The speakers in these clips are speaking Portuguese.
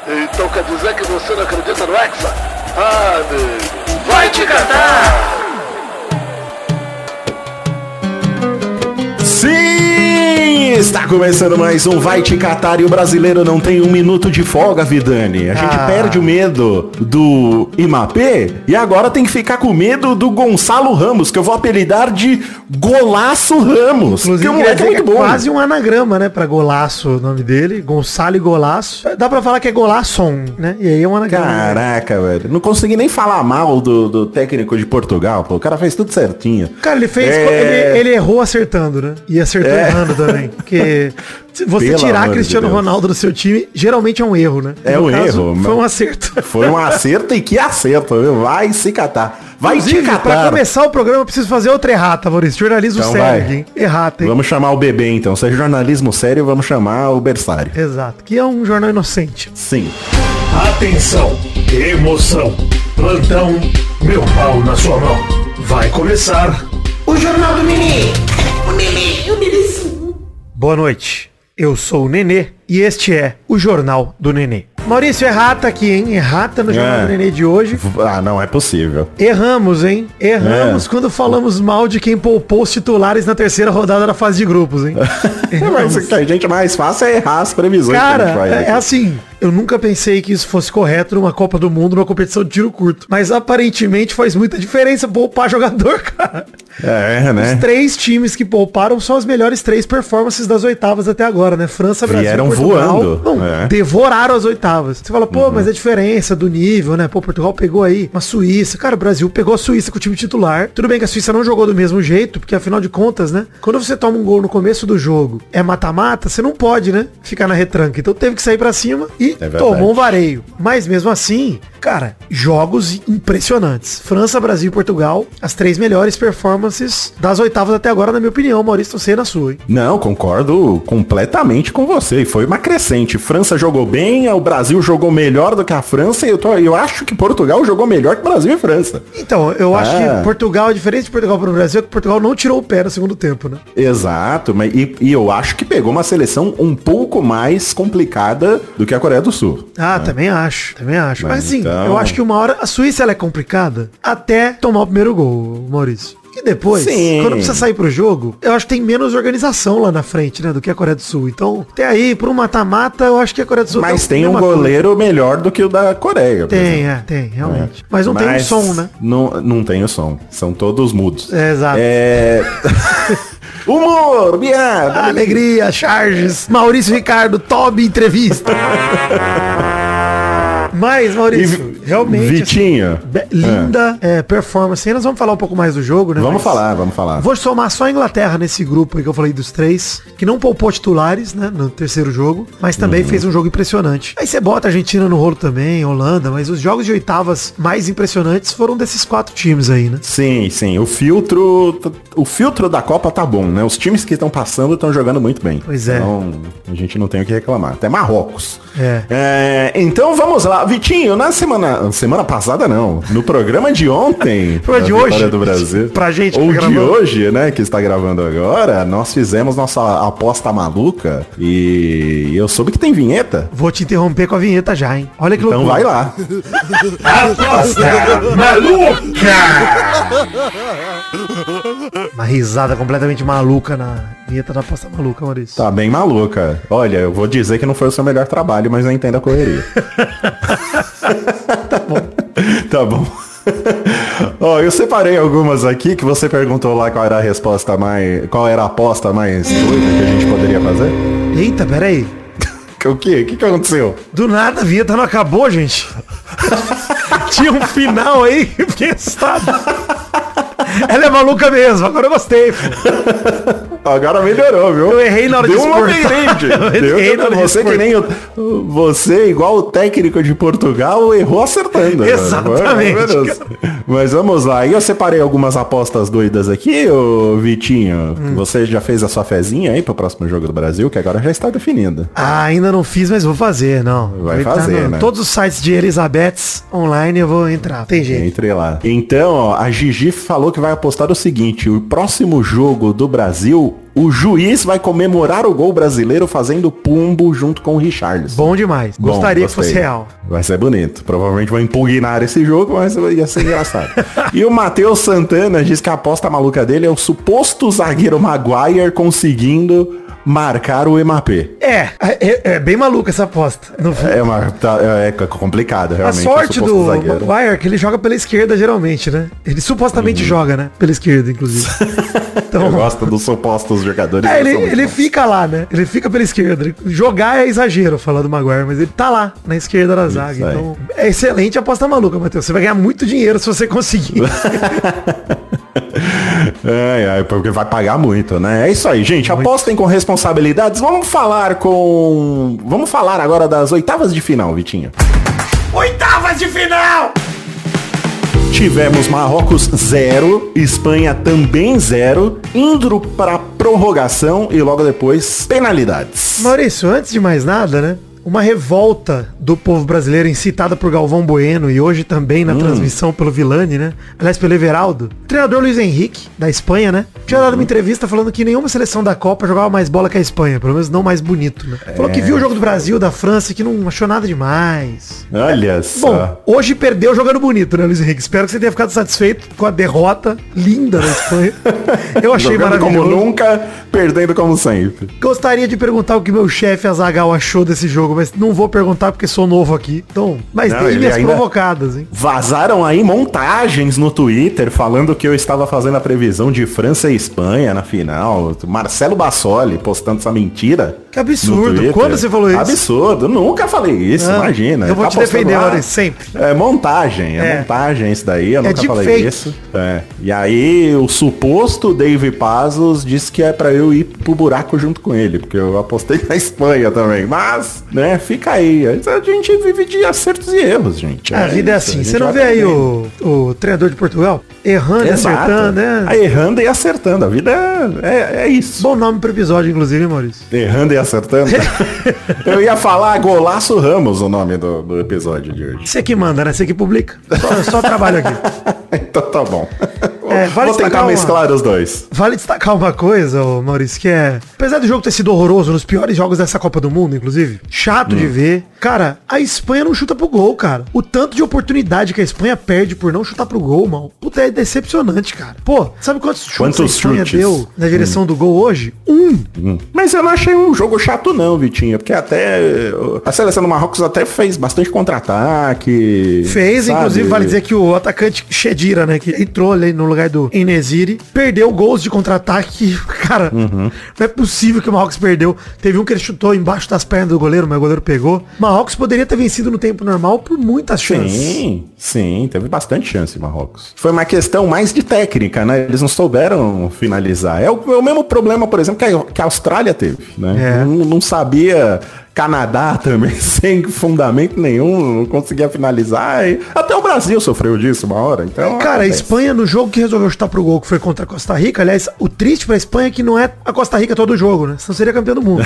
Então quer dizer que você não acredita no Hexa? Ah, amigo, vai te catar! Sim! Está começando mais um Vai Te Catar e o brasileiro não tem um minuto de folga, Vidani. A gente perde o medo do Imapé e agora tem que ficar com medo do Gonçalo Ramos, que eu vou apelidar de Golaço Ramos. Inclusive, que o moleque é muito bom. Quase um anagrama, né, pra Golaço, o nome dele. Gonçalo e Golaço. Dá pra falar que é Golasson, né? E aí é um anagrama. Caraca, velho. Não consegui nem falar mal do técnico de Portugal, pô. O cara fez tudo certinho. Cara, ele fez... Ele errou acertando, né? E acertou errando também. Porque se você Pelo tirar amor Cristiano de Deus. Ronaldo do seu time, geralmente é um erro, né? É No um caso, erro. Foi um acerto. Foi um acerto e que acerto, viu? Vai se catar. Vai te Inclusive, pra catar. começar o programa, eu preciso fazer outra errata, Maurício. Jornalismo Então sério vai. aqui, hein? Errata, hein? Vamos chamar o bebê, então. Se é jornalismo sério, vamos chamar o berçário. Exato. Que é um jornal inocente. Sim. Atenção, emoção, plantão, meu pau na sua mão. Vai começar o Jornal do Nenê. O Nenê. Boa noite. Eu sou o Nenê e este é o Jornal do Nenê. Maurício, errata aqui, hein? Errata no Jornal do Nenê de hoje. Ah, não é possível. Erramos, hein? Erramos quando falamos mal de quem poupou os titulares na terceira rodada da fase de grupos, hein? Mas o que a gente mais fácil é errar as previsões que a Cara, gente faz aqui. é assim, eu nunca pensei que isso fosse correto numa Copa do Mundo, numa competição de tiro curto. Mas aparentemente faz muita diferença poupar jogador, cara. É, né? Os três times que pouparam são as melhores três performances das oitavas até agora, né? França, Brasil, Vieram Portugal. voando. Não, É. devoraram as oitavas. Você fala, pô, mas a diferença do nível, né? Pô, Portugal pegou aí uma Suíça. Cara, o Brasil pegou a Suíça com o time titular. Tudo bem que a Suíça não jogou do mesmo jeito, porque afinal de contas, né? Quando você toma um gol no começo do jogo, é mata-mata, você não pode, né? Ficar na retranca. Então teve que sair pra cima e É verdade. tomou um vareio. Mas mesmo assim, cara, jogos impressionantes. França, Brasil e Portugal, as três melhores performances das oitavas até agora, na minha opinião. Maurício, não sei na sua, hein? Não, concordo completamente com você. E foi uma crescente. França jogou bem, o Brasil jogou melhor do que a França e eu acho que Portugal jogou melhor que Brasil e França. Então, eu acho que Portugal, a diferença de Portugal para o Brasil é que Portugal não tirou o pé no segundo tempo, né? Exato, mas e eu acho que pegou uma seleção um pouco mais complicada do que a Coreia do Sul. Ah, também acho, também acho. Mas assim, então- eu acho que uma hora a Suíça ela é complicada até tomar o primeiro gol, Maurício. E depois, Sim. quando precisa sair pro jogo, eu acho que tem menos organização lá na frente, né, do que a Coreia do Sul. Então, até aí, pro mata-mata, eu acho que a Coreia do Sul Mas a tem um mesma coisa. goleiro melhor do que o da Coreia. por exemplo. Tem, realmente. Mas não tem um som, né? Não tem o som. São todos mudos. É, exato. Humor, piada. Alegria, charges, Maurício Ricardo, Toby, entrevista. Mas, Maurício, realmente... Vitinho. linda performance. E nós vamos falar um pouco mais do jogo, né? Vamos Mas falar. Vou somar só a Inglaterra nesse grupo aí que eu falei dos três, que não poupou titulares, né, no terceiro jogo, mas também fez um jogo impressionante. Aí você bota a Argentina no rolo também, Holanda, mas os jogos de oitavas mais impressionantes foram desses quatro times aí, né? Sim. O filtro da Copa tá bom, né? Os times que estão passando estão jogando muito bem. Pois é. Então, a gente não tem o que reclamar. Até Marrocos. Então vamos lá. Vitinho, na semana passada não. No programa de ontem, Programa de da hoje, Vitória do Brasil. pra gente que Ou tá de gravando. hoje, né, que está gravando agora, nós fizemos nossa aposta maluca e eu soube que tem vinheta. Vou te interromper com a vinheta já, hein? Olha que Então loucura. vai lá. Aposta maluca. Uma risada completamente maluca na vinheta da aposta maluca, Maurício. Tá bem maluca. Olha, eu vou dizer que não foi o seu melhor trabalho, mas eu entendo a correria. Tá bom. Ó, eu separei algumas aqui que você perguntou lá qual era a aposta mais doida que a gente poderia fazer. Eita, peraí. O quê? O que aconteceu? Do nada a vinheta não acabou, gente. Tinha um final aí pensado. Ela é maluca mesmo, agora eu gostei, pô. Agora melhorou, viu? Eu errei na hora de Deu uma exportar. upgrade. Eu errei na hora de Você que exportar. nem você, igual o técnico de Portugal, errou acertando. Exatamente, Mano. Mas vamos lá. E eu separei algumas apostas doidas aqui, ô Vitinho. Você já fez a sua fezinha aí pro próximo jogo do Brasil, que agora já está definido. Ah, ainda não fiz, mas vou fazer, não. Vai Vou entrar fazer, né? Todos os sites de Elizabeths online eu vou entrar. Tem jeito. Entre lá. Então, ó, a Gigi falou que vai apostar o seguinte: o próximo jogo do Brasil gol, o juiz vai comemorar o gol brasileiro fazendo pumbo junto com o Richarlison. Bom demais. Gostaria que fosse real. Vai ser bonito. Provavelmente vai impugnar esse jogo, mas ia ser engraçado. E o Matheus Santana diz que a aposta maluca dele é o suposto zagueiro Maguire conseguindo marcar o MAP. É bem maluca essa aposta. É complicado, realmente. A sorte do Maguire é que ele joga pela esquerda, geralmente, né? Ele supostamente joga, né? Pela esquerda, inclusive. Então, eu gosto dos supostos jogadores. Ele fica lá, né? Ele fica pela esquerda. Jogar é exagero, falar do Maguire, mas ele tá lá, na esquerda da zaga. Então, é excelente a aposta maluca, Matheus. Você vai ganhar muito dinheiro se você conseguir. Porque vai pagar muito, né? É isso aí, gente. Muito. Apostem com responsabilidades. Vamos falar agora das oitavas de final, Vitinho. Oitavas de final! Tivemos Marrocos 0, Espanha também 0, indo pra prorrogação e logo depois penalidades. Maurício, antes de mais nada, né? Uma revolta do povo brasileiro incitada por Galvão Bueno e hoje também na transmissão pelo Villani, né? Aliás, pelo Everaldo. O treinador Luiz Henrique, da Espanha, né? Tinha dado uma entrevista falando que nenhuma seleção da Copa jogava mais bola que a Espanha. Pelo menos não mais bonito, né? Falou que viu o jogo do Brasil, da França e que não achou nada demais. Olha só. Bom, hoje perdeu jogando bonito, né, Luiz Henrique? Espero que você tenha ficado satisfeito com a derrota linda da Espanha. Eu achei maravilhoso. Como nunca, perdendo como sempre. Gostaria de perguntar o que meu chefe Azaghal achou desse jogo, mas não vou perguntar porque sou novo aqui. Então, mas tem minhas provocadas, hein? Vazaram aí montagens no Twitter falando que eu estava fazendo a previsão de França e Espanha na final. Marcelo Bassoli postando essa mentira. Que absurdo. Quando você falou isso? Absurdo. Nunca falei isso, imagina. Eu vou te defender, Maurício, sempre. É montagem, montagem isso daí. Eu nunca falei isso. E aí, o suposto Dave Pazos disse que é pra eu ir pro buraco junto com ele, porque eu apostei na Espanha também. Mas, né, fica aí. A gente vive de acertos e erros, gente. A vida é assim. Você não vê aí o treinador de Portugal? Errando e acertando, né? Errando e acertando. A vida é isso. Bom nome pro episódio, inclusive, Maurício. Errando e acertando. Eu ia falar Golaço Ramos, o nome do episódio de hoje. Você que manda, né? Você que publica. Só trabalho aqui. Então tá bom. Vale Vou tentar mesclar os dois. Vale destacar uma coisa, Maurício, que apesar do jogo ter sido horroroso, nos piores jogos dessa Copa do Mundo, inclusive, chato de ver, cara, a Espanha não chuta pro gol, cara. O tanto de oportunidade que a Espanha perde por não chutar pro gol, mano, puta, é decepcionante, cara. Pô, sabe quantos chutes a Espanha deu na direção do gol hoje? Mas eu não achei um jogo chato não, Vitinho, porque até a seleção do Marrocos até fez bastante contra-ataque. Fez, sabe? Inclusive, vale dizer que o atacante Khedira, né, que entrou ali no lugar do Enesiri, perdeu gols de contra-ataque, cara, não é possível que o Marrocos perdeu. Teve um que ele chutou embaixo das pernas do goleiro, mas o goleiro pegou. Marrocos poderia ter vencido no tempo normal por muitas chances. Sim, teve bastante chance Marrocos. Foi uma questão mais de técnica, né? Eles não souberam finalizar. É o mesmo problema, por exemplo, que a Austrália teve, né? Não sabia... Canadá também, sem fundamento nenhum, não conseguia finalizar. Até o Brasil sofreu disso uma hora. Então, cara, a Espanha, no jogo que resolveu chutar pro gol, que foi contra a Costa Rica, aliás, o triste pra Espanha é que não é a Costa Rica todo jogo, né? Senão seria campeão do mundo.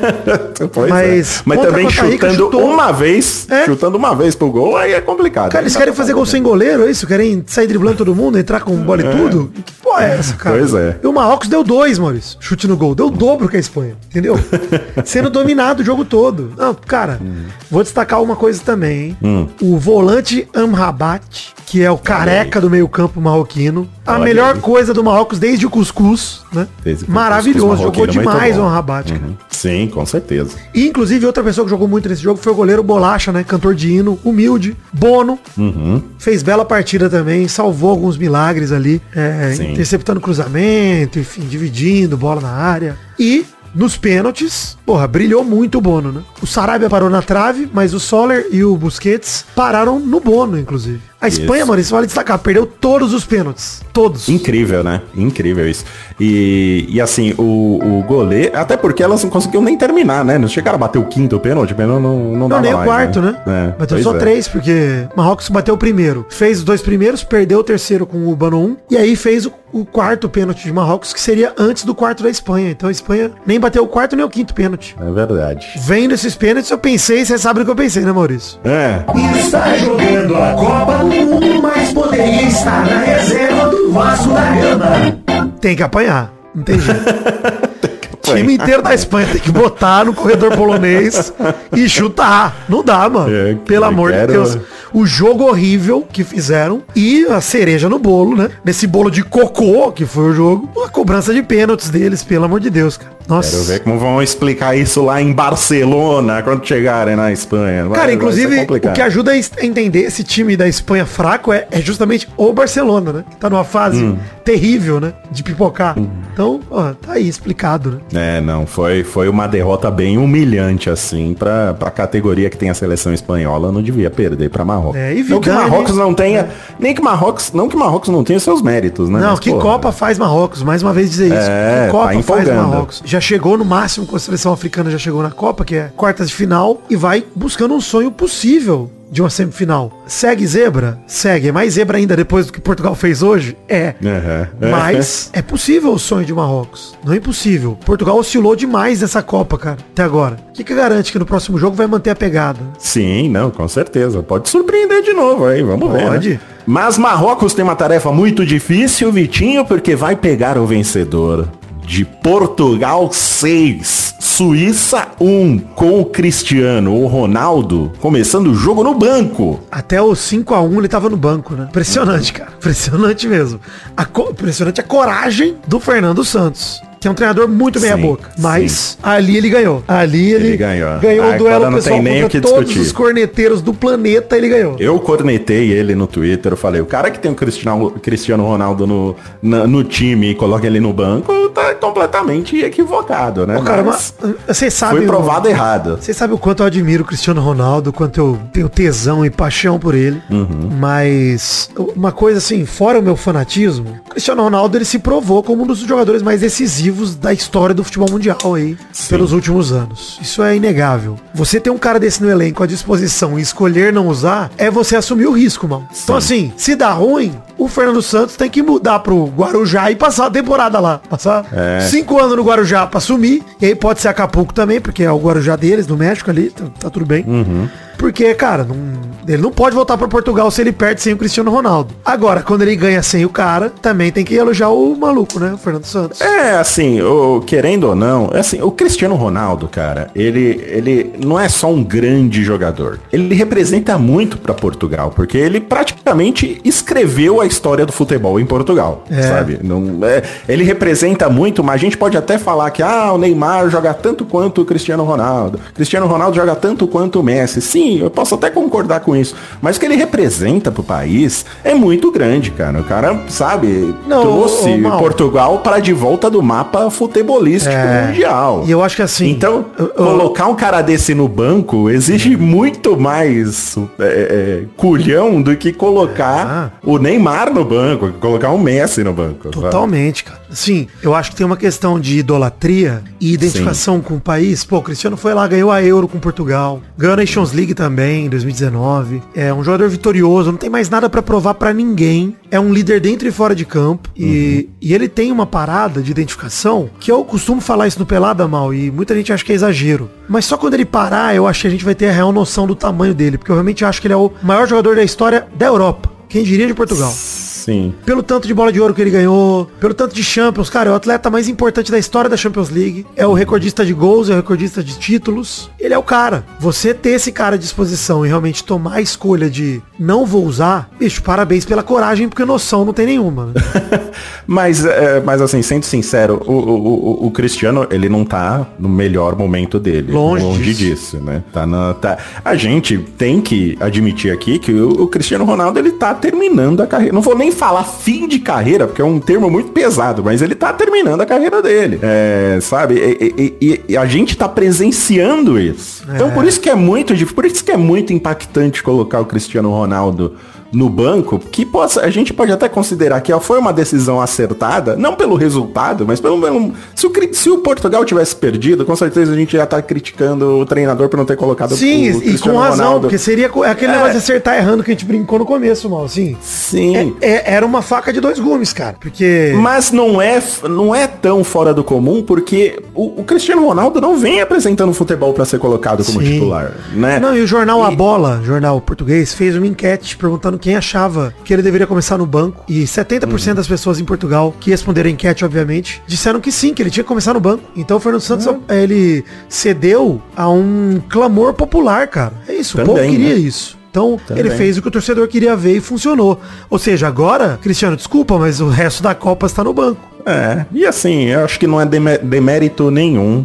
Mas também chutando uma vez pro gol, aí é complicado. Cara, eles querem fazer gol sem goleiro, é isso? Querem sair driblando todo mundo, entrar com bola e tudo? Que porra é essa, cara? Pois é. E o Marrocos deu 2, Maurício, chute no gol. Deu o dobro que a Espanha, entendeu? Sendo dominado o jogo todo. Não, cara, vou destacar uma coisa também, hein? O volante Amrabat, que é o careca do meio campo marroquino. A melhor coisa do Marrocos desde o cuscuz, né? Maravilhoso, jogou demais o Amrabat. Sim, com certeza. E, inclusive, outra pessoa que jogou muito nesse jogo foi o goleiro Bolacha, né? Cantor de hino, humilde, Bono. Fez bela partida também, salvou alguns milagres ali, interceptando cruzamento, enfim, dividindo bola na área. E... nos pênaltis, brilhou muito o Bono, né? O Sarabia parou na trave, mas o Soler e o Busquets pararam no Bono, inclusive. A Espanha, Maurício, vale destacar, perdeu todos os pênaltis. Todos. Incrível, né? Incrível isso. E assim, o goleiro... Até porque elas não conseguiam nem terminar, né? Não chegaram a bater o quinto pênalti, não dava nem mais, o quarto, né? Bateu só 3, porque Marrocos bateu o primeiro. Fez os 2 primeiros, perdeu o terceiro com o Bono 1. E aí fez o quarto pênalti de Marrocos, que seria antes do quarto da Espanha. Então a Espanha nem bateu o quarto nem o quinto pênalti. É verdade. Vendo esses pênaltis, eu pensei, você sabe o que eu pensei, né, Maurício? Está jogando a Copa do Mundo, mas poderia estar na reserva do Vasco da Gama. Tem que apanhar. Não tem jeito. O time inteiro da Espanha tem que botar no corredor polonês e chutar. Não dá, mano. Pelo amor de Deus. O jogo horrível que fizeram e a cereja no bolo, né? Nesse bolo de cocô que foi o jogo. A cobrança de pênaltis deles, pelo amor de Deus, cara. Nossa. Quero ver como vão explicar isso lá em Barcelona quando chegarem na Espanha. Cara, inclusive, o que ajuda a entender esse time da Espanha fraco é justamente o Barcelona, né? Que tá numa fase terrível, né? De pipocar. Então, ó, tá aí explicado, né? Não, foi uma derrota bem humilhante, assim, pra categoria que tem a seleção espanhola, não devia perder pra Marrocos. E não que Marrocos não tenha, nem que Marrocos não tenha seus méritos, né? Não, mas, que Copa faz Marrocos, mais uma vez dizer isso. Que Copa faz Marrocos. Já chegou no máximo com a seleção africana, já chegou na Copa, que é quartas de final, e vai buscando um sonho possível de uma semifinal. Segue zebra? Segue. É mais zebra ainda depois do que Portugal fez hoje? É. Mas é possível o sonho de Marrocos. Não é impossível. Portugal oscilou demais nessa Copa, cara, até agora. O que garante que no próximo jogo vai manter a pegada? Sim, não, com certeza. Pode surpreender de novo aí, vamos ver. Pode. Né? Mas Marrocos tem uma tarefa muito difícil, Vitinho, porque vai pegar o vencedor de Portugal 6, Suíça 1, com o Cristiano Ronaldo começando o jogo no banco. Até o 5-1 ele tava no banco, né? Impressionante, cara. Impressionante mesmo. Impressionante a coragem do Fernando Santos, que é um treinador muito meia boca. Mas ali ele ganhou. Ali ele ganhou o duelo pessoal contra todos os corneteiros do planeta, ele ganhou. Eu cornetei ele no Twitter, eu falei, o cara que tem o Cristiano Ronaldo no time e coloca ele no banco, tá completamente equivocado, né? Cara, mas você sabe... Foi provado errado. Você sabe o quanto eu admiro o Cristiano Ronaldo, o quanto eu tenho tesão e paixão por ele. Mas uma coisa assim, fora o meu fanatismo, o Cristiano Ronaldo, ele se provou como um dos jogadores mais decisivos da história do futebol mundial aí, pelos últimos anos. Isso é inegável. Você ter um cara desse no elenco à disposição e escolher não usar, é você assumir o risco, mano. Então assim, se dá ruim, o Fernando Santos tem que mudar pro Guarujá e passar a temporada lá. Passar 5 anos no Guarujá pra assumir, e aí pode ser Acapulco também, porque é o Guarujá deles, do México ali, tá tudo bem. Porque, cara, ele não pode voltar pra Portugal se ele perde sem o Cristiano Ronaldo. Agora, quando ele ganha sem o cara, também tem que elogiar o maluco, né? O Fernando Santos. Assim, querendo ou não, assim, o Cristiano Ronaldo, cara, ele não é só um grande jogador. Ele representa muito pra Portugal, porque ele praticamente escreveu a história do futebol em Portugal, sabe? Ele representa muito, mas a gente pode até falar que, o Neymar joga tanto quanto o Cristiano Ronaldo. Cristiano Ronaldo joga tanto quanto o Messi. Sim, eu posso até concordar com isso. Mas o que ele representa pro país é muito grande, cara. O cara, sabe, trouxe Portugal para de volta do mapa futebolístico mundial. E eu acho que assim... Então, colocar um cara desse no banco exige muito mais culhão do que colocar o Neymar no banco, colocar o Messi no banco. Totalmente, cara. Sim, eu acho que tem uma questão de idolatria e identificação com o país. Pô, o Cristiano foi lá, ganhou a Euro com Portugal, ganhou a Nations League também, em 2019. É um jogador vitorioso, não tem mais nada pra provar pra ninguém. É um líder dentro e fora de campo. E ele tem uma parada de identificação, que eu costumo falar isso no Pelada, Mal, e muita gente acha que é exagero. Mas só quando ele parar, eu acho que a gente vai ter a real noção do tamanho dele, porque eu realmente acho que ele é o maior jogador da história da Europa. Quem diria de Portugal. Sim. Pelo tanto de bola de ouro que ele ganhou, pelo tanto de Champions, cara, é o atleta mais importante da história da Champions League, é o recordista de gols, é o recordista de títulos, ele é o cara. Você ter esse cara à disposição e realmente tomar a escolha de não vou usar, bicho, parabéns pela coragem, porque noção não tem nenhuma. Né? mas assim, sendo sincero, o Cristiano, ele não tá no melhor momento dele. Longe disso, né? A gente tem que admitir aqui que o Cristiano Ronaldo, ele tá terminando a carreira. Não vou nem falar fim de carreira, porque é um termo muito pesado, mas ele tá terminando a carreira dele. Sabe? E a gente tá presenciando isso. Então por isso que é muito impactante colocar o Cristiano Ronaldo no banco, que a gente pode até considerar que foi uma decisão acertada, não pelo resultado, mas se o Portugal tivesse perdido, com certeza a gente já tá criticando o treinador por não ter colocado o Cristiano e com razão, Ronaldo. Porque seria aquele negócio de acertar errando que a gente brincou no começo, mal, assim. Sim. Era uma faca de 2 gumes, cara, porque... Mas não é tão fora do comum, porque o Cristiano Ronaldo não vem apresentando futebol para ser colocado como titular, né? Não, e o jornal A Bola, jornal português, fez uma enquete perguntando perguntando quem achava que ele deveria começar no banco. E 70% das pessoas em Portugal, que responderam a enquete, obviamente, disseram que sim, que ele tinha que começar no banco. Então o Fernando Santos, ele cedeu a um clamor popular, cara. É isso, Também, o povo queria né? isso. Então, ele fez o que o torcedor queria ver e funcionou. Ou seja, agora, Cristiano, desculpa, mas o resto da Copa está no banco. E assim, eu acho que não é demérito nenhum,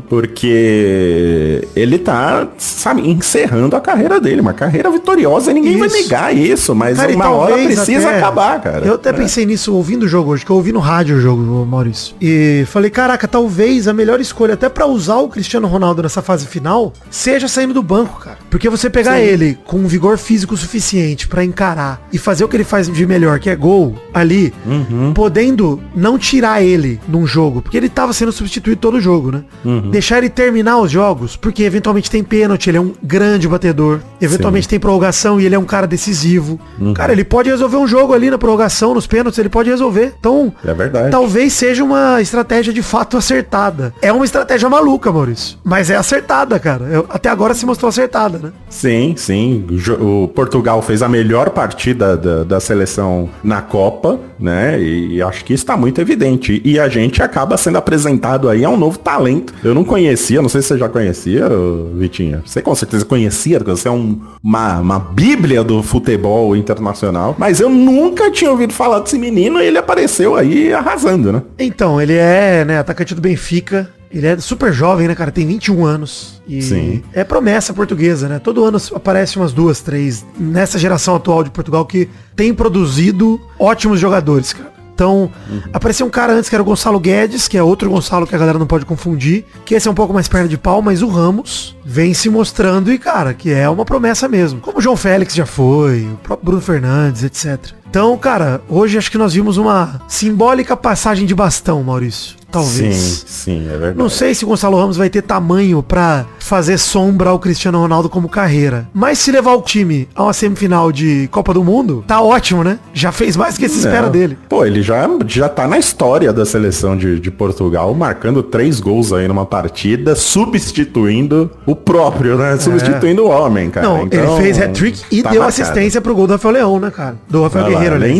porque ele tá, sabe, encerrando a carreira dele, uma carreira vitoriosa, e ninguém vai negar isso, mas cara, uma hora precisa acabar, cara. Eu até pensei nisso ouvindo o jogo hoje, que eu ouvi no rádio o jogo, Maurício. E falei, caraca, talvez a melhor escolha até pra usar o Cristiano Ronaldo nessa fase final seja saindo do banco, cara. Porque você pegar ele com um vigor físico suficiente pra encarar e fazer o que ele faz de melhor, que é gol, ali, podendo não tirar ele num jogo, porque ele tava sendo substituído todo jogo, né? Deixar ele terminar os jogos, porque eventualmente tem pênalti, ele é um grande batedor, eventualmente tem prorrogação e ele é um cara decisivo. Cara, ele pode resolver um jogo ali na prorrogação, nos pênaltis, ele pode resolver. Então, é verdade. Talvez seja uma estratégia de fato acertada. É uma estratégia maluca, Maurício, mas é acertada, cara. Até agora se mostrou acertada, né? Sim, sim. O Portugal fez a melhor partida da seleção na Copa, né? E acho que isso tá muito evidente. E a gente acaba sendo apresentado aí a um novo talento. Eu não conhecia, não sei se você já conhecia, Vitinha. Você com certeza conhecia, porque você é uma bíblia do futebol internacional. Mas eu nunca tinha ouvido falar desse menino e ele apareceu aí arrasando, né? Então, ele é, né, atacante do Benfica. Ele é super jovem, né, cara? Tem 21 anos. E sim, é promessa portuguesa, né? Todo ano aparece umas 2, 3 nessa geração atual de Portugal que tem produzido ótimos jogadores, cara. Então, apareceu um cara antes que era o Gonçalo Guedes, que é outro Gonçalo que a galera não pode confundir, que esse é um pouco mais perna de pau, mas o Ramos vem se mostrando e, cara, que é uma promessa mesmo. Como o João Félix já foi, o próprio Bruno Fernandes, etc. Então, cara, hoje acho que nós vimos uma simbólica passagem de bastão, Maurício. Talvez. Sim, é verdade. Não sei se o Gonçalo Ramos vai ter tamanho pra fazer sombra ao Cristiano Ronaldo como carreira. Mas se levar o time a uma semifinal de Copa do Mundo, tá ótimo, né? Já fez mais do que se espera dele. Pô, ele já tá na história da seleção de Portugal, marcando 3 gols aí numa partida, substituindo o próprio, né? Substituindo o homem, cara. Não, então, ele fez hat-trick e deu assistência pro gol do Rafael Leão, né, cara? Do Rafael Guerreiro. Além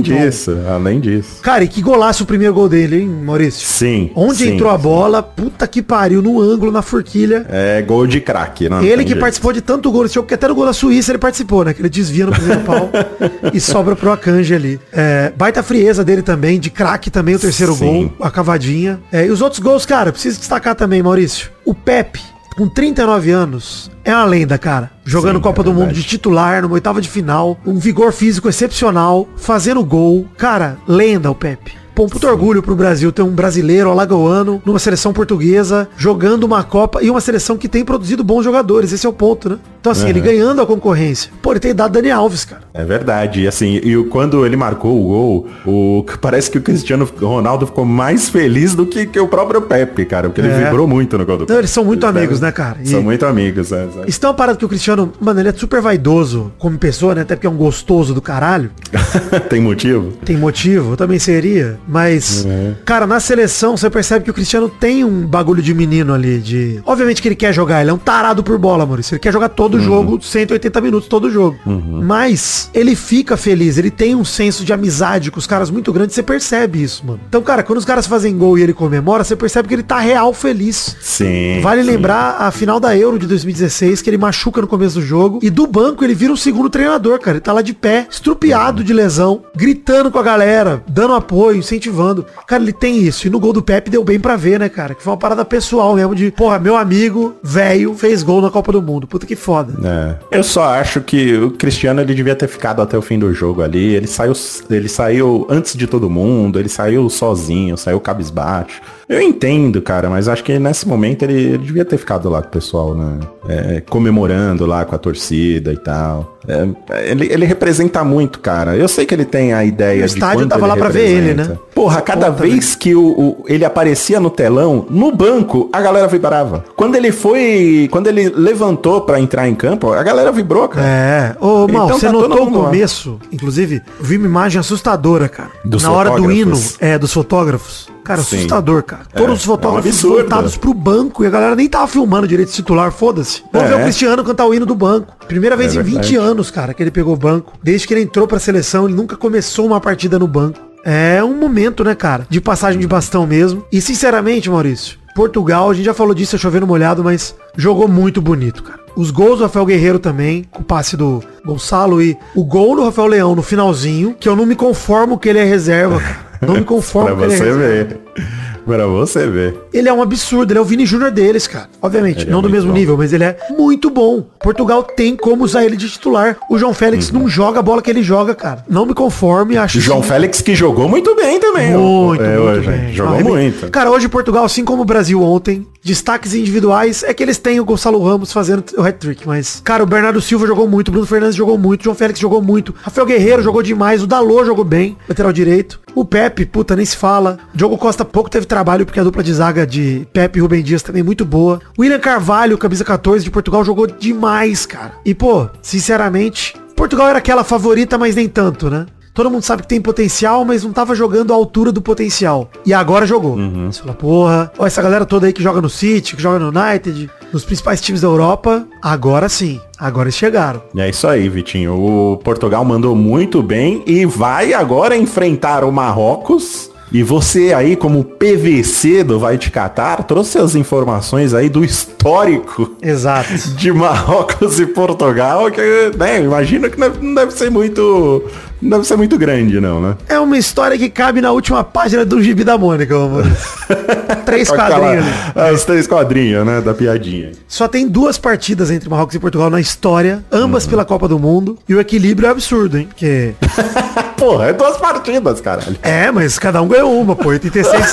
disso. Cara, e que golaço o primeiro gol dele, hein, Maurício? Sim. Onde entrou a bola, puta que pariu, no ângulo, na forquilha. É gol de craque, né? Ele que participou de tanto gol nesse jogo, porque até no gol da Suíça ele participou, né? Que ele desvia no primeiro pau e sobra pro Akanji ali. Baita frieza dele também, de craque também o terceiro gol, a cavadinha. E os outros gols, cara, preciso destacar também, Maurício. O Pepe, com 39 anos, é uma lenda, cara. Jogando Copa do Mundo de titular, numa oitava de final, um vigor físico excepcional, fazendo gol. Cara, lenda o Pepe. Pô, um puto orgulho pro Brasil ter um brasileiro alagoano numa seleção portuguesa, jogando uma Copa e uma seleção que tem produzido bons jogadores. Esse é o ponto, né? Então, assim, ele ganhando a concorrência. Pô, ele tem dado Dani Alves, cara. É verdade. E assim, quando ele marcou o gol, parece que o Cristiano Ronaldo ficou mais feliz do que o próprio Pepe, cara. Porque ele vibrou muito no gol do Pepe. Então, eles são muito amigos, né, cara? São muito amigos, Isso tem uma parada que o Cristiano, mano, ele é super vaidoso como pessoa, né? Até porque é um gostoso do caralho. Tem motivo? Tem motivo, eu também seria. Mas, cara, na seleção você percebe que o Cristiano tem um bagulho de menino ali, obviamente que ele quer jogar, ele é um tarado por bola, Maurício. Ele quer jogar todo jogo, 180 minutos todo jogo. Mas ele fica feliz, ele tem um senso de amizade com os caras muito grande, você percebe isso, mano. Então, cara, quando os caras fazem gol e ele comemora, você percebe que ele tá real feliz. Sim. Vale lembrar a final da Euro de 2016, que ele machuca no começo do jogo, e do banco ele vira um segundo treinador, cara. Ele tá lá de pé, estrupiado de lesão, gritando com a galera, dando apoio, incentivando. Cara, ele tem isso. E no gol do Pepe deu bem pra ver, né, cara? Que foi uma parada pessoal mesmo de, porra, meu amigo, velho, fez gol na Copa do Mundo. Puta que foda. Eu só acho que o Cristiano, ele devia ter ficado até o fim do jogo ali. Ele saiu antes de todo mundo, ele saiu sozinho, saiu cabisbaixo. Eu entendo, cara, mas acho que nesse momento ele devia ter ficado lá com o pessoal, né? Comemorando lá com a torcida e tal. Ele representa muito, cara. Eu sei que ele tem a ideia de quanto ele representa. O estádio tava lá pra ver ele, né? Porra, cada vez que ele aparecia no telão, no banco, a galera vibrava. Quando ele levantou pra entrar em campo, a galera vibrou, cara. Ô, Mal, então, você notou o começo? Inclusive, eu vi uma imagem assustadora, cara. Na hora do hino, dos fotógrafos. Cara, Sim. assustador, cara. Todos os fotógrafos absurdo. voltados pro banco e a galera nem tava filmando direito de titular, foda-se. Vamos ver o Cristiano cantar o hino do banco. Primeira vez em 20 anos, cara, que ele pegou o banco. Desde que ele entrou pra seleção, ele nunca começou uma partida no banco. É um momento, né, cara, de passagem de bastão mesmo. E, sinceramente, Maurício, Portugal, a gente já falou disso, é chovendo molhado, mas jogou muito bonito, cara. Os gols do Rafael Guerreiro também, com o passe do Gonçalo e o gol do Rafael Leão no finalzinho, que eu não me conformo que ele é reserva, cara. Não me conformo que ele é Pra você reserva. ver. Pra você ver. Ele é um absurdo, ele é o Vini Júnior deles, cara. Obviamente, não do mesmo nível, mas ele é muito bom. Portugal tem como usar ele de titular. O João Félix não joga a bola que ele joga, cara. Não me conforme, acho O João sim. Félix que jogou muito bem também. Muito, muito hoje. bem. Jogou Arrebe- muito. Cara, hoje Portugal, assim como o Brasil ontem, destaques individuais, é que eles têm o Gonçalo Ramos fazendo o hat-trick, mas, cara, o Bernardo Silva jogou muito, o Bruno Fernandes jogou muito, o João Félix jogou muito, Rafael Guerreiro jogou demais, o Dalot jogou bem, lateral direito, o Pepe, puta, nem se fala, o Diogo Costa pouco teve trabalho, porque a dupla de zaga de Pepe e Rubem Dias também é muito boa, o William Carvalho, camisa 14 de Portugal, jogou demais, cara, e pô, sinceramente, Portugal era aquela favorita, mas nem tanto, né? Todo mundo sabe que tem potencial, mas não tava jogando à altura do potencial. E agora jogou. Você fala, porra, ó, essa galera toda aí que joga no City, que joga no United, nos principais times da Europa, agora sim. Agora eles chegaram. É isso aí, Vitinho. O Portugal mandou muito bem e vai agora enfrentar o Marrocos. E você aí, como PVC do Vai Te Catar, trouxe as informações aí do histórico Exato. de Marrocos e Portugal, que, né, imagino que não deve ser muito grande, não, né? É uma história que cabe na última página do Gibi da Mônica, amor. 3 Com aquela- quadrinhos. Os 3 quadrinhos, né, da piadinha. Só tem 2 partidas entre Marrocos e Portugal na história, ambas pela Copa do Mundo. E o equilíbrio é absurdo, hein? Porque... Porra, é 2 partidas, caralho. É, mas cada um ganhou uma, pô. 86.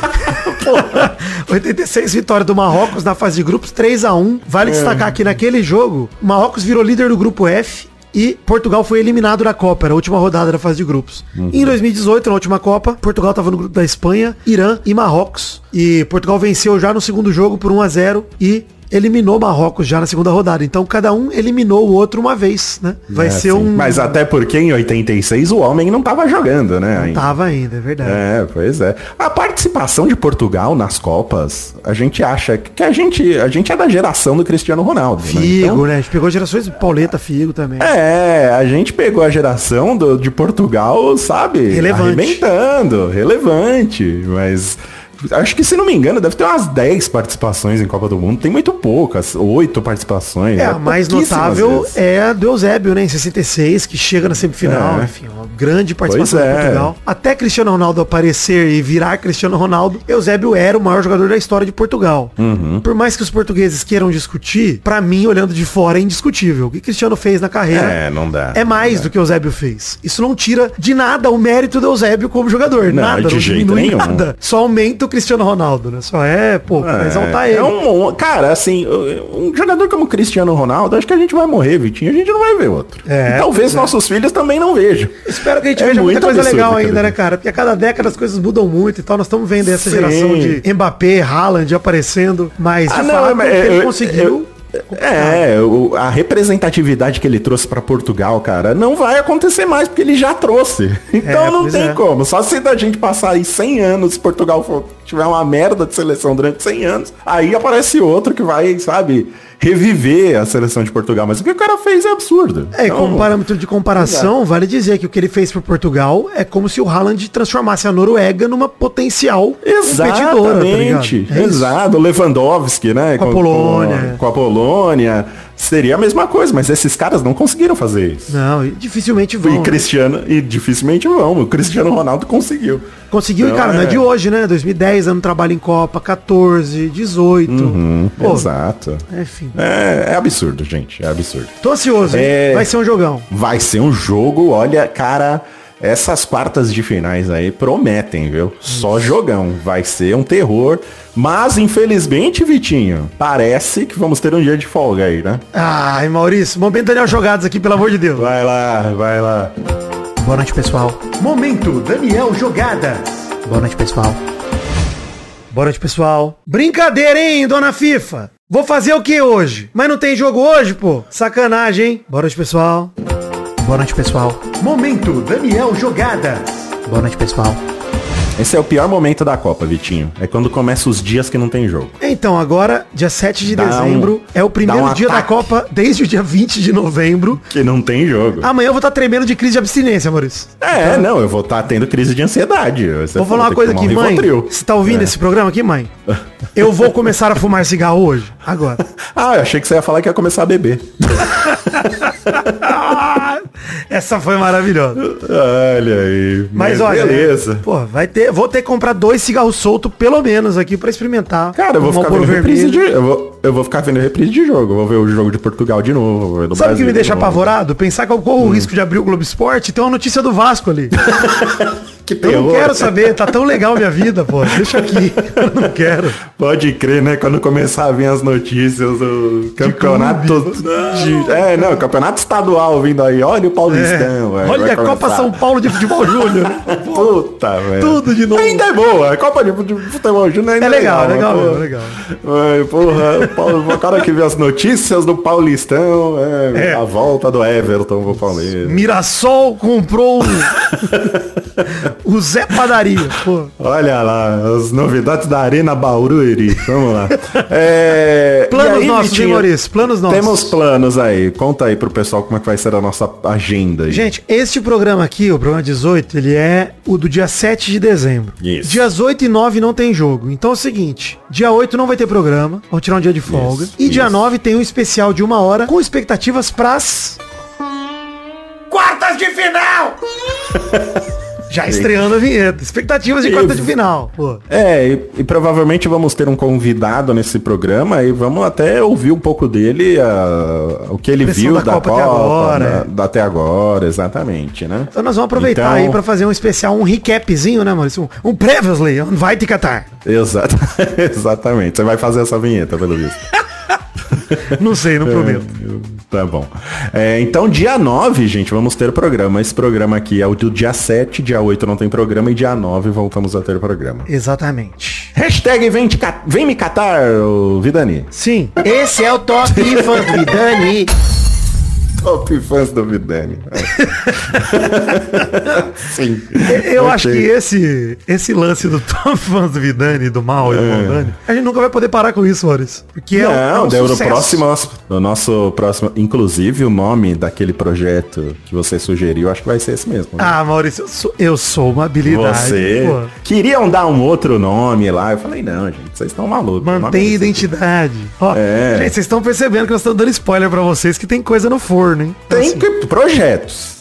Porra, 86 vitórias do Marrocos na fase de grupos, 3-1. Vale destacar que naquele jogo, o Marrocos virou líder do grupo F e Portugal foi eliminado da Copa, era a última rodada da fase de grupos. Em 2018, na última Copa, Portugal estava no grupo da Espanha, Irã e Marrocos. E Portugal venceu já no segundo jogo por 1-0 e eliminou Marrocos já na segunda rodada. Então cada um eliminou o outro uma vez, né? Vai ser sim. um... Mas até porque em 86 o homem não tava jogando, né? ainda. Tava ainda, é verdade. É, pois é. A participação de Portugal nas Copas, a gente acha que a gente é da geração do Cristiano Ronaldo. Figo, né? Então, né? A gente pegou gerações Pauleta, Figo também. a gente pegou a geração de Portugal, sabe? Relevante. Arrebentando, relevante, mas... Acho que, se não me engano, deve ter umas 10 participações em Copa do Mundo. Tem muito poucas, 8 participações. A mais pouquíssimas notável vezes. é a do Eusébio, né? Em 66, que chega na semifinal. Enfim, uma grande participação Pois de é. Portugal. Até Cristiano Ronaldo aparecer e virar Cristiano Ronaldo, Eusébio era o maior jogador da história de Portugal. Por mais que os portugueses queiram discutir, pra mim, olhando de fora, é indiscutível. O que Cristiano fez na carreira Não dá. é mais do que o Eusébio fez. Isso não tira de nada o mérito do Eusébio como jogador. Não, nada, de não jeito diminui nenhum. nada. Só aumenta o Cristiano Ronaldo, né? Só pra exaltar ele. Cara, assim, um jogador como Cristiano Ronaldo, acho que a gente vai morrer, Vitinho. A gente não vai ver outro. É, Talvez pois é. nossos filhos também não vejam. Espero que a gente É veja muita muito coisa absurdo, legal cara. ainda, né, cara? Porque a cada década as coisas mudam muito e tal. Nós estamos vendo essa Sim. geração de Mbappé, Haaland aparecendo. Mas, de Ah, não, fato, mas ele conseguiu... A representatividade que ele trouxe pra Portugal, cara, não vai acontecer mais, porque ele já trouxe. Então não pois tem é. como. Só se a gente passar aí 100 anos, se Portugal tiver uma merda de seleção durante 100 anos, aí aparece outro que vai, sabe, reviver a seleção de Portugal. Mas o que o cara fez é absurdo. É, Então, como parâmetro de comparação, vale dizer que o que ele fez por Portugal é como se o Haaland transformasse a Noruega numa potencial competidora, tá ligado? Exatamente. É isso. Exato. O Lewandowski, né? Com a Polônia. Com a Polônia. Seria a mesma coisa, mas esses caras não conseguiram fazer isso. Não, e dificilmente vão. E dificilmente vão. O Cristiano Ronaldo conseguiu. Conseguiu, Então, e cara, não é de hoje, né? 2010, ano trabalho em Copa, 14, 18. Pô, Exato. enfim. É absurdo, gente. É absurdo. Tô ansioso, hein? Vai ser um jogão. Vai ser um jogo, olha, cara, essas quartas de finais aí prometem, viu? Só jogão. Vai ser um terror. Mas, infelizmente, Vitinho, parece que vamos ter um dia de folga aí, né? Ai, Maurício, momento Daniel Jogadas aqui, pelo amor de Deus. Vai lá, vai lá. Boa noite, pessoal. Momento Daniel Jogadas. Boa noite, pessoal. Boa noite, pessoal. Brincadeira, hein, dona FIFA? Vou fazer o que hoje? Mas não tem jogo hoje, pô? Sacanagem, hein? Boa noite, pessoal. Boa noite, pessoal. Momento Daniel Jogadas. Boa noite, pessoal. Esse é o pior momento da Copa, Vitinho. É quando começa os dias que não tem jogo. Então, agora, dia 7 de dezembro, é o primeiro dia da Copa desde o dia 20 de novembro. Que não tem jogo. Amanhã eu vou estar tremendo de crise de abstinência, Maurício. Não, eu vou estar tendo crise de ansiedade. Vou falar uma coisa aqui, mãe. Você tá ouvindo esse programa aqui, mãe? Eu vou começar a fumar cigarro hoje, agora. Eu achei que você ia falar que ia começar a beber. Essa foi maravilhosa. Olha aí. Mas olha, beleza. Vou ter que comprar 2 cigarros soltos, pelo menos, aqui pra experimentar. Cara, eu vou ficar vendo reprise de... Eu vou ficar vendo reprise de jogo. Eu vou ver o jogo de Portugal de novo. Sabe o que me deixa apavorado? Pensar que eu corro o risco de abrir o Globo Esporte e ter uma notícia do Vasco ali. Que eu não quero saber, tá tão legal minha vida, pô. Deixa aqui. Eu não quero. Pode crer, né? Quando começar a vir as notícias, o campeonato o campeonato estadual vindo aí. Olha o Paulistão, velho. Olha a Copa São Paulo de Futebol Júnior. Puta, velho. Tudo de novo. Ainda é boa. A Copa de Futebol Júnior ainda é legal. Legal. Porra, o cara que vê as notícias do Paulistão, a volta do Everton pro Palmeiras. Mirassol comprou o Zé Padaria, pô. Olha lá, as novidades da Arena Barueri. Vamos lá. Planos aí, nossos, Vitinho, Maurício, planos nossos. Temos planos aí. Conta aí pro pessoal como é que vai ser a nossa agenda aí. Gente, este programa aqui, o programa 18, ele é o do dia 7 de dezembro. Isso. Dias 8 e 9 não tem jogo. Então é o seguinte, dia 8 não vai ter programa, vamos tirar um dia de folga. Dia 9 tem um especial de 1 hora com expectativas pras... quartas de final! Já estreando a vinheta. Expectativas de quarta de final. Pô. E provavelmente vamos ter um convidado nesse programa e vamos até ouvir um pouco dele, o que ele viu da Copa até agora, exatamente, né? Então nós vamos aproveitar aí pra fazer um especial, um recapzinho, né, Maurício? Um previously, on Vai Te Catar. Exatamente. Você vai fazer essa vinheta, pelo visto. Não sei, não prometo. Tá bom. Então, dia 9, gente, vamos ter programa. Esse programa aqui é o do dia 7, dia 8 não tem programa e dia 9 voltamos a ter programa. Exatamente. Hashtag vem me catar, Vidani. Sim. Esse é o Top Fãs do Vidani. Top Fãs do Vidani. Sim. Eu acho que esse lance do Top Fãs do Vidani, do Mal e do Maldani, a gente nunca vai poder parar com isso, Maurício. Porque no nosso próximo, inclusive o nome daquele projeto que você sugeriu, acho que vai ser esse mesmo. Né? Maurício, eu sou uma habilidade. Você queriam dar um outro nome lá, eu falei, não, gente, vocês estão malucos. Mantém identidade. Gente, vocês estão percebendo que nós estamos dando spoiler pra vocês que tem coisa no forno, hein? Tem assim. Projetos.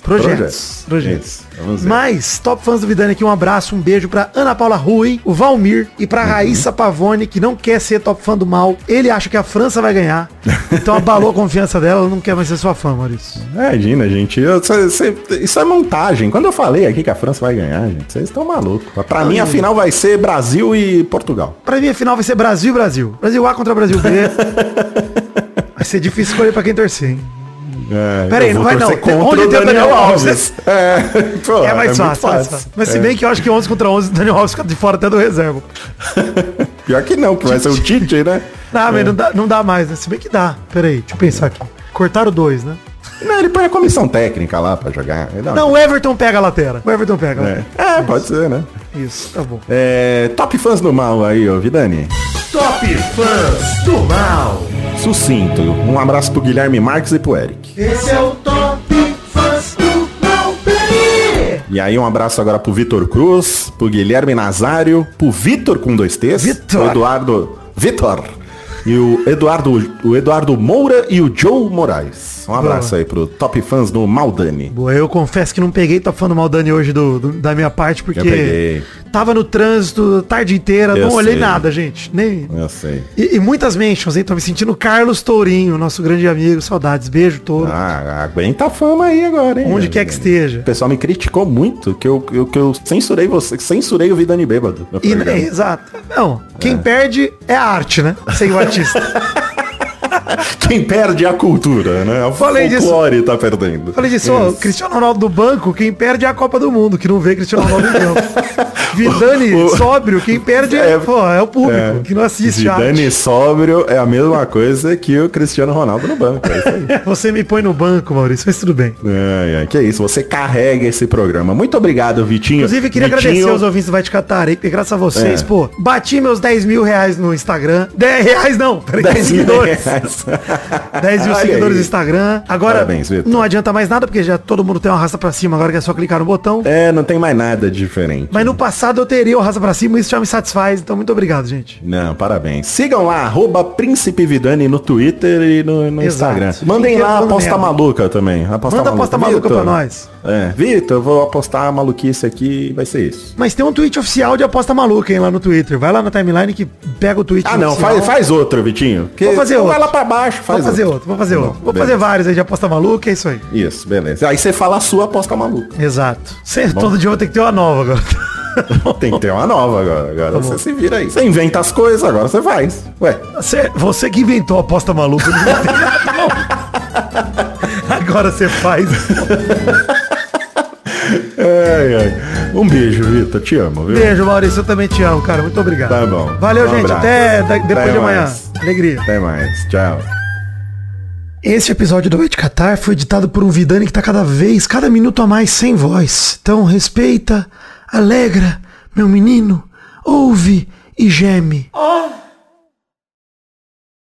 Mas, Top Fãs do Vidani aqui, um abraço, um beijo pra Ana Paula Rui, o Valmir e pra Raíssa Pavone, que não quer ser top fã do Mal. Ele acha que a França vai ganhar. Então abalou a confiança dela, ela não quer mais ser sua fã, Maurício. Imagina, gente. Isso é montagem. Quando eu falei aqui que a França vai ganhar, gente, vocês estão malucos. Pra mim, a final vai ser Brasil e Portugal. Pra mim, a final vai ser Brasil e Brasil. Brasil A contra Brasil B. Vai ser difícil escolher pra quem torcer, hein? Peraí, não vai não. Onde tem o Daniel Alves? É mais fácil. Mas se bem que eu acho que 11 contra 11, o Daniel Alves fica de fora até do reserva. Pior que não, que vai ser o Tite, né? Não dá mais, né? Se bem que dá. Peraí, deixa eu pensar aqui. Cortaram 2, né? Não, ele põe a comissão técnica lá pra jogar. Não, o Everton pega a lateral. Pode ser, né? Isso, tá bom. Top Fãs do Mal aí, ó, Vidani. Top Fãs do Mal. Sucinto. Um abraço pro Guilherme Marques e pro Eric. Esse é o Top Fãs do Mal, baby. E aí um abraço agora pro Vitor Cruz, pro Guilherme Nazário, pro Vitor com 2 T's, Vitor. O Eduardo Vitor e o Eduardo Moura e o Joe Moraes. Um abraço aí pro Top Fãs do Maldani. Boa, eu confesso que não peguei Top Fã do Maldani hoje da minha parte, porque tava no trânsito a tarde inteira, não olhei nada, gente. Nem... Eu sei. E muitas mentions, hein? Tô me sentindo Carlos Tourinho, nosso grande amigo. Saudades, beijo, Touro. Aguenta a fama aí agora, hein? Onde quer que esteja. O pessoal me criticou muito que eu censurei você, censurei o Vidani Bêbado. Exato. Não, quem perde é a arte, né? Sem o artista. Quem perde é a cultura, né? O Falei folclore tá perdendo. Falei disso, ó, Cristiano Ronaldo do banco, quem perde é a Copa do Mundo, que não vê Cristiano Ronaldo em campo. Vidani sóbrio, quem perde é o público, que não assiste. Vidani sóbrio é a mesma coisa que o Cristiano Ronaldo no banco. É isso aí. Você me põe no banco, Maurício, mas tudo bem. Que isso, você carrega esse programa. Muito obrigado, Vitinho. Inclusive, queria agradecer aos ouvintes do Vai Te Catar aí, porque graças a vocês, pô, bati meus 10 mil reais no Instagram. 10 reais não, peraí, 10 seguidores. 10 mil seguidores no Instagram. Agora, parabéns, não adianta mais nada, porque já todo mundo tem uma raça pra cima, agora que é só clicar no botão. Não tem mais nada diferente. Mas no passado eu teria o raça pra cima e isso já me satisfaz, então muito obrigado, gente. Não, parabéns. Sigam lá, @Príncipe Vidani no Twitter e no Instagram. Mandem lá a aposta maluca também. Manda a aposta maluca pra nós. Vitor, eu vou apostar a maluquice aqui, vai ser isso. Mas tem um tweet oficial de aposta maluca, hein, lá no Twitter. Vai lá na timeline que pega o tweet oficial. Faz outro, Vitinho. Vou fazer outro. Vai lá pra baixo, Vou fazer outro. Vou fazer vários aí de aposta maluca, é isso aí. Isso, beleza. Aí você fala a sua aposta maluca. Exato. Todo dia eu vou ter que ter uma nova agora. Tem que ter uma nova agora. Agora você se vira aí. Você inventa as coisas, agora você faz. Ué. Você que inventou a aposta maluca. Agora você faz. Um beijo, Vitor. Te amo, viu? Beijo, Maurício. Eu também te amo, cara. Muito obrigado. Tá bom. Valeu, gente. Abraço. Até depois de amanhã. Alegria. Até mais. Tchau. Esse episódio do Vai Te Catar foi editado por um Vidani que tá cada minuto a mais sem voz. Então respeita, alegra, meu menino, ouve e geme.